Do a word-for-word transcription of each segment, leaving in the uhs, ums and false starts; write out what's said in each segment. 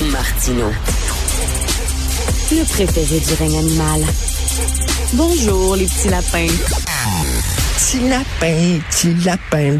Martineau. Le préféré du règne animal. Bonjour, les petits lapins. Petit lapin, petit lapin.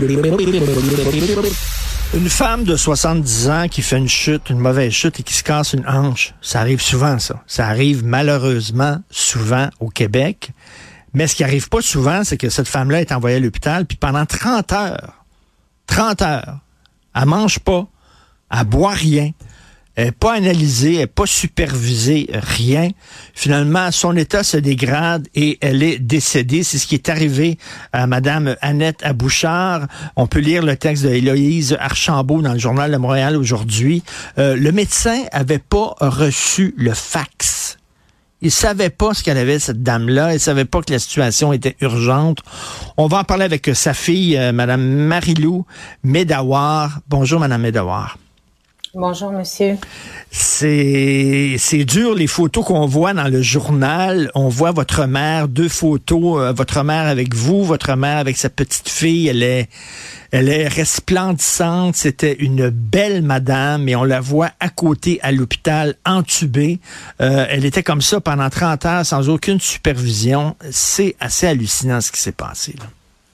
Une femme de soixante-dix ans qui fait une chute, une mauvaise chute et qui se casse une hanche. Ça arrive souvent, ça. Ça arrive malheureusement souvent au Québec. Mais ce qui arrive pas souvent, c'est que cette femme-là est envoyée à l'hôpital, puis pendant trente heures, trente heures, elle mange pas, elle boit rien, elle n'est pas analysée, elle n'est pas supervisée, rien. Finalement, son état se dégrade et elle est décédée. C'est ce qui est arrivé à Madame Annette Abouchard. On peut lire le texte de Héloïse Archambault dans le Journal de Montréal aujourd'hui. Euh, le médecin avait pas reçu le fax. Il savait pas ce qu'elle avait, cette dame-là. Il savait pas que la situation était urgente. On va en parler avec sa fille, euh, Madame Marie-Lou Médawar. Bonjour, Madame Médawar. Bonjour, monsieur. C'est c'est dur, les photos qu'on voit dans le journal. On voit votre mère, deux photos, euh, votre mère avec vous, votre mère avec sa petite fille. Elle est, elle est resplendissante. C'était une belle madame et on la voit à côté à l'hôpital, entubée. Euh, elle était comme ça pendant trente heures sans aucune supervision. C'est assez hallucinant ce qui s'est passé, là.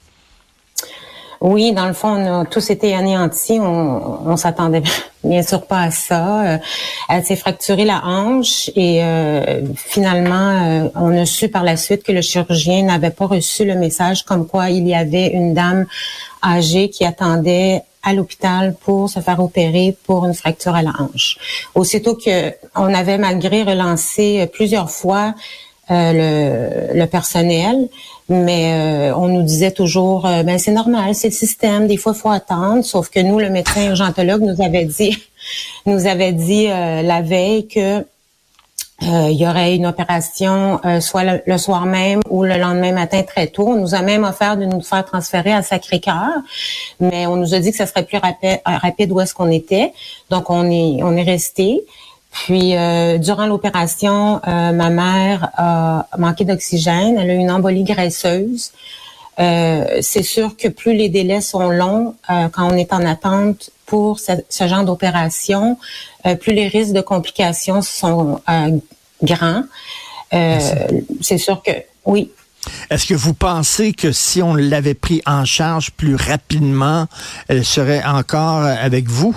Oui, dans le fond, on a tous été anéantis. On, on s'attendait bien sûr pas à ça. Euh, elle s'est fracturée la hanche et euh, finalement, euh, on a su par la suite que le chirurgien n'avait pas reçu le message comme quoi il y avait une dame âgée qui attendait à l'hôpital pour se faire opérer pour une fracture à la hanche. Aussitôt que on avait malgré relancé plusieurs fois euh, le, le personnel, mais euh, on nous disait toujours, euh, ben c'est normal, c'est le système, des fois il faut attendre. Sauf que nous, le médecin urgentologue nous avait dit, nous avait dit euh, la veille que euh, il y aurait une opération euh, soit le, le soir même ou le lendemain matin très tôt. On nous a même offert de nous faire transférer à Sacré-Cœur, mais on nous a dit que ça serait plus rapide, rapide où est-ce qu'on était. Donc on est, on est resté. Puis, euh, durant l'opération, euh, ma mère a manqué d'oxygène. Elle a eu une embolie graisseuse. Euh, c'est sûr que plus les délais sont longs, euh, quand on est en attente pour ce, ce genre d'opération, euh, plus les risques de complications sont euh, grands. Euh, c'est sûr que, oui. Est-ce que vous pensez que si on l'avait pris en charge plus rapidement, elle serait encore avec vous?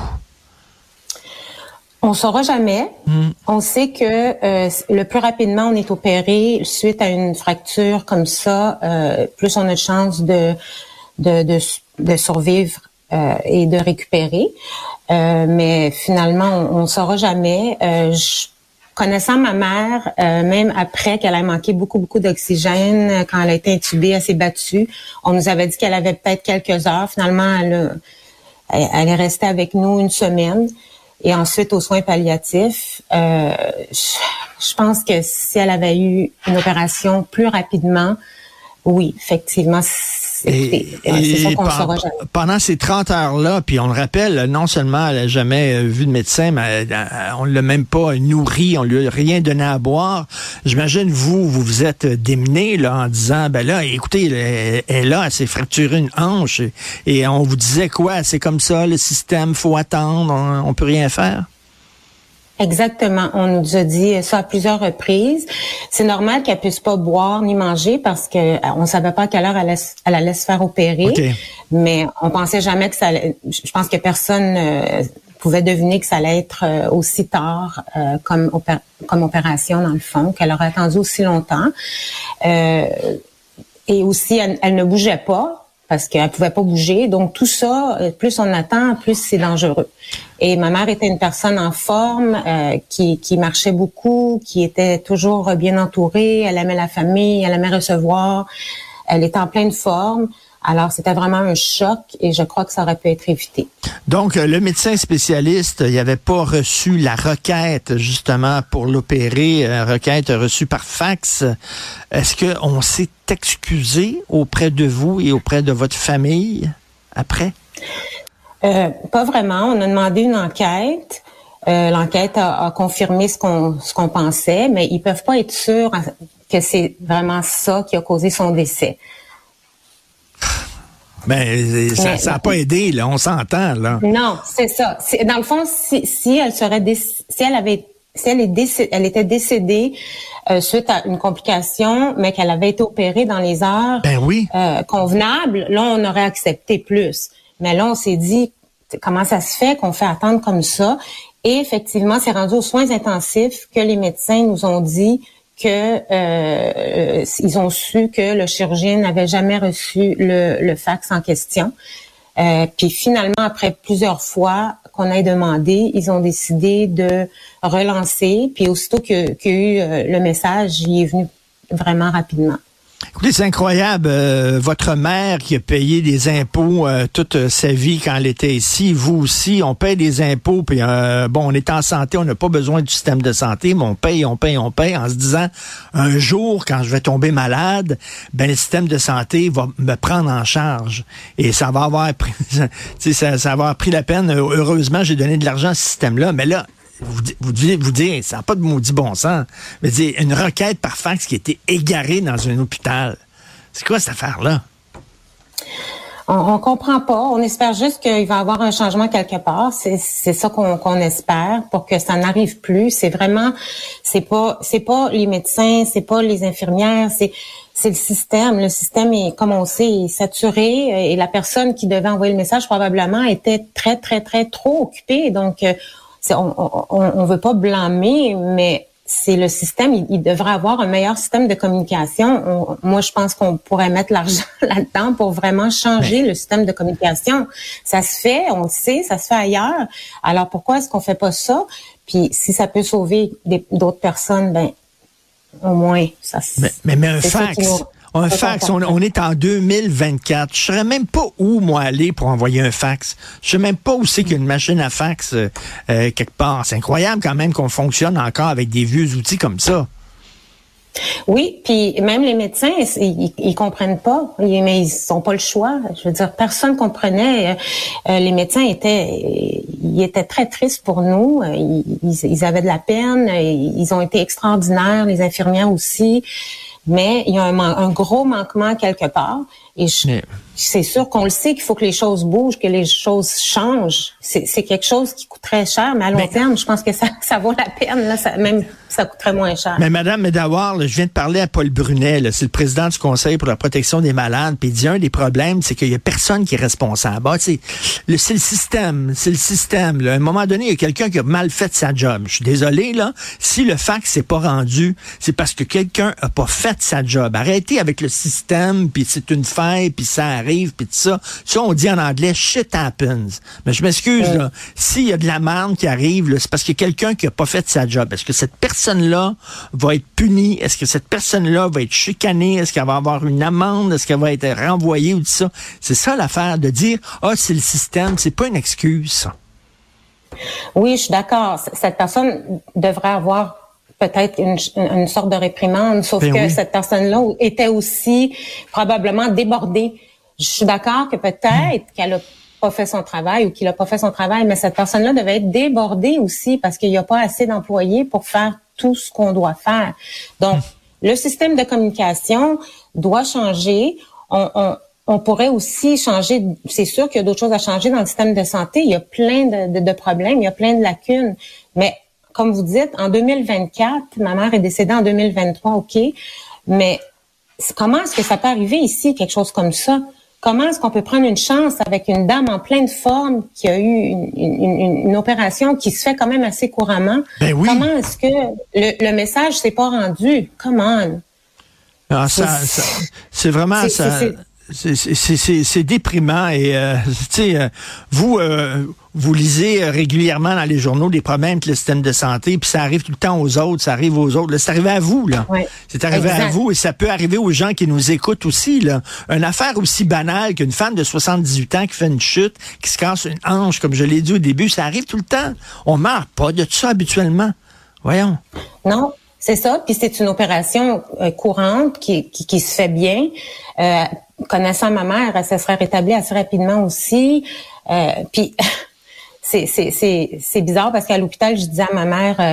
On saura jamais. Mm. On sait que euh, le plus rapidement on est opéré suite à une fracture comme ça, euh, plus on a de chances de de de, de survivre euh, et de récupérer. Euh, mais finalement, on, on saura jamais. Euh, je, connaissant ma mère, euh, même après qu'elle ait manqué beaucoup beaucoup d'oxygène, quand elle a été intubée, elle s'est battue. On nous avait dit qu'elle avait peut-être quelques heures. Finalement, elle, a, elle, elle est restée avec nous une semaine. Et ensuite, aux soins palliatifs, euh, je, je pense que si elle avait eu une opération plus rapidement, oui, effectivement, c'est, et, c'est, ouais, c'est ça qu'on pe- saura jamais. Pendant ces trente heures-là, puis on le rappelle, non seulement elle n'a jamais vu de médecin, mais on ne l'a même pas nourri, on ne lui a rien donné à boire. J'imagine, vous, vous vous êtes démené là, en disant, ben là, écoutez, elle, elle est là, elle s'est fracturée une hanche, et, et on vous disait quoi? C'est comme ça, le système, faut attendre, on, on peut rien faire? Exactement. On nous a dit ça à plusieurs reprises. C'est normal qu'elle puisse pas boire ni manger parce que on savait pas à quelle heure elle allait, elle allait se faire opérer. Okay. Mais on pensait jamais que ça allait, je pense que personne euh, pouvait deviner que ça allait être euh, aussi tard euh, comme, opé- comme opération dans le fond, qu'elle aurait attendu aussi longtemps. Euh, et aussi, elle, elle ne bougeait pas parce qu'elle pouvait pas bouger. Donc, tout ça, plus on attend, plus c'est dangereux. Et ma mère était une personne en forme, euh, qui, qui marchait beaucoup, qui était toujours bien entourée. Elle aimait la famille, elle aimait recevoir. Elle était en pleine forme. Alors, c'était vraiment un choc et je crois que ça aurait pu être évité. Donc, le médecin spécialiste, il n'avait pas reçu la requête, justement, pour l'opérer, requête reçue par fax. Est-ce qu'on s'est excusé auprès de vous et auprès de votre famille après? Euh, pas vraiment. On a demandé une enquête. Euh, l'enquête a, a confirmé ce qu'on, ce qu'on pensait, mais ils peuvent pas être sûrs que c'est vraiment ça qui a causé son décès. Ben, ça n'a pas aidé, là. On s'entend, là. Non, c'est ça. C'est, dans le fond, si, si elle serait, déc- si elle avait, si elle est décédée, elle était décédée euh, suite à une complication, mais qu'elle avait été opérée dans les heures ben oui. euh, convenables, là, on aurait accepté plus. Mais là, on s'est dit, comment ça se fait qu'on fait attendre comme ça? Et effectivement, c'est rendu aux soins intensifs que les médecins nous ont dit que euh, ils ont su que le chirurgien n'avait jamais reçu le, le fax en question. Euh, puis finalement, après plusieurs fois qu'on a demandé, ils ont décidé de relancer. Puis aussitôt qu'il y a eu euh, le message, il est venu vraiment rapidement. Écoutez, c'est incroyable. Euh, votre mère qui a payé des impôts euh, toute sa vie quand elle était ici, vous aussi, on paye des impôts. Puis euh, bon, on est en santé, on n'a pas besoin du système de santé, mais on paye, on paye, on paye, en se disant un jour, quand je vais tomber malade, ben le système de santé va me prendre en charge et ça va avoir pris, ça, ça va avoir pris la peine. Heureusement, j'ai donné de l'argent à ce système-là, mais là. Vous, vous devez vous dire, ça n'a pas de maudit bon sens. Mais dire, une requête par fax qui a été égarée dans un hôpital. C'est quoi cette affaire-là? On, on comprend pas. On espère juste qu'il va y avoir un changement quelque part. C'est, c'est ça qu'on, qu'on espère pour que ça n'arrive plus. C'est vraiment, c'est pas, c'est pas les médecins, c'est pas les infirmières, c'est, c'est le système. Le système est, comme on sait, est saturé et la personne qui devait envoyer le message probablement était très, très, très trop occupée. Donc, C'est, on, on, on veut pas blâmer, mais c'est le système. Il, il devrait avoir un meilleur système de communication. On, moi, je pense qu'on pourrait mettre l'argent là-dedans pour vraiment changer mais... le système de communication. Ça se fait, on le sait, ça se fait ailleurs. Alors pourquoi est-ce qu'on fait pas ça? Puis si ça peut sauver des, d'autres personnes, ben au moins ça. Mais mais, mais un fax. Un fax, on, on est en deux mille vingt-quatre. Je saurais même pas où, moi, aller pour envoyer un fax. Je sais même pas où c'est qu'il y a une machine à fax euh, euh, quelque part. C'est incroyable quand même qu'on fonctionne encore avec des vieux outils comme ça. Oui, puis même les médecins, ils, ils comprennent pas, mais ils n'ont pas le choix. Je veux dire, personne comprenait. Euh, les médecins étaient, ils étaient très tristes pour nous. Ils, ils avaient de la peine. Ils ont été extraordinaires, les infirmières aussi. Mais il y a un, un gros manquement quelque part. Et je, Mais... c'est sûr qu'on le sait qu'il faut que les choses bougent, que les choses changent. C'est, c'est quelque chose qui coûte très cher, mais à long mais... terme, je pense que ça, ça vaut la peine. Là, ça, même ça coûterait moins cher. Mais Madame Medawar, là, je viens de parler à Paul Brunet, là, c'est le président du Conseil pour la protection des malades, puis il dit un des problèmes, c'est qu'il y a personne qui est responsable. Ah, c'est, le, c'est le système, c'est le système. Là. À un moment donné, il y a quelqu'un qui a mal fait sa job. Je suis désolé, là, si le fax s'est pas rendu, c'est parce que quelqu'un a pas fait sa job. Arrêtez avec le système, puis c'est une faille, puis ça arrive, puis tout ça. Ça, on dit en anglais, shit happens. Mais je m'excuse, euh. là, s'il y a de la merde qui arrive, là, c'est parce qu'il y a quelqu'un qui a pas fait sa job. Est-ce que cette personne-là va être punie? Est-ce que cette personne-là va être chicanée? Est-ce qu'elle va avoir une amende? Est-ce qu'elle va être renvoyée ou tout ça? C'est ça l'affaire, de dire, ah, c'est le système, c'est pas une excuse, ça. Oui, je suis d'accord. Cette personne devrait avoir peut-être une, une sorte de réprimande, sauf ben que oui. Cette personne-là était aussi probablement débordée. Je suis d'accord que peut-être mmh. qu'elle a pas fait son travail ou qu'il a pas fait son travail, mais cette personne-là devait être débordée aussi parce qu'il n'y a pas assez d'employés pour faire tout ce qu'on doit faire. Donc, mmh. le système de communication doit changer. On, on, on pourrait aussi changer, c'est sûr qu'il y a d'autres choses à changer dans le système de santé. Il y a plein de, de, de problèmes, il y a plein de lacunes, mais comme vous dites, en deux mille vingt-quatre, ma mère est décédée en deux mille vingt-trois, OK, mais comment est-ce que ça peut arriver ici, quelque chose comme ça? Comment est-ce qu'on peut prendre une chance avec une dame en pleine forme qui a eu une, une, une opération qui se fait quand même assez couramment? Ben oui. Comment est-ce que le, le message s'est pas rendu? Come on! Ah, ça, ça, c'est vraiment c'est, ça. C'est, c'est, c'est, c'est, c'est déprimant et euh, tu sais, euh, vous euh, vous lisez régulièrement dans les journaux des problèmes avec le système de santé, puis ça arrive tout le temps aux autres, ça arrive aux autres. Là, c'est arrivé à vous, là. Oui, c'est arrivé exact. à vous et ça peut arriver aux gens qui nous écoutent aussi, là. Une affaire aussi banale qu'une femme de soixante-dix-huit ans qui fait une chute, qui se casse une hanche, comme je l'ai dit au début, ça arrive tout le temps. On meurt pas de tout ça habituellement. Voyons. Non. C'est ça, puis c'est une opération euh, courante qui, qui, qui se fait bien. Euh, connaissant ma mère, elle se serait rétablie assez rapidement aussi. Euh, puis c'est, c'est, c'est, c'est bizarre parce qu'à l'hôpital, je disais à ma mère, euh,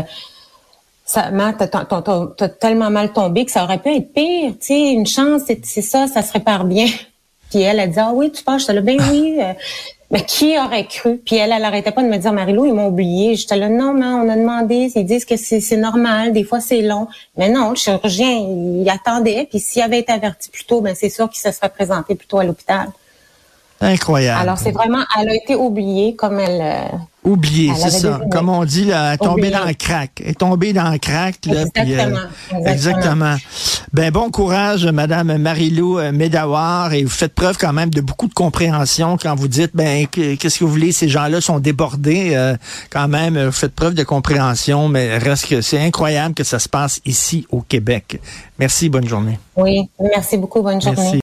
ça, mère, t'as, t'as, t'as, t'as tellement mal tombé que ça aurait pu être pire. Tu sais, une chance, c'est, c'est ça, ça se répare bien. Puis Puis elle, elle dit, ah oui, tu penses, j'étais là, ben oui. Euh, mais qui aurait cru? Puis elle, elle arrêtait pas de me dire, Marie-Lou, ils m'ont oublié. J'étais là, non, mais on a demandé, ils disent que c'est, c'est normal, des fois c'est long. Mais non, le chirurgien, il attendait, puis s'il avait été averti plus tôt, ben c'est sûr qu'il se serait présenté plus tôt à l'hôpital. Incroyable. Alors c'est vraiment, elle a été oubliée comme elle... Euh, oubliée, c'est ça. Deviné. Comme on dit, là, elle est tombée dans le crack. Elle est tombée dans le crack. Là, exactement, puis, euh, exactement. Exactement. Ben bon courage, Madame Marie-Lou Medawar, et vous faites preuve quand même de beaucoup de compréhension quand vous dites, ben qu'est-ce que vous voulez, ces gens-là sont débordés. Euh, quand même, vous faites preuve de compréhension, mais reste que c'est incroyable que ça se passe ici au Québec. Merci, bonne journée. Oui, merci beaucoup, bonne journée. Merci.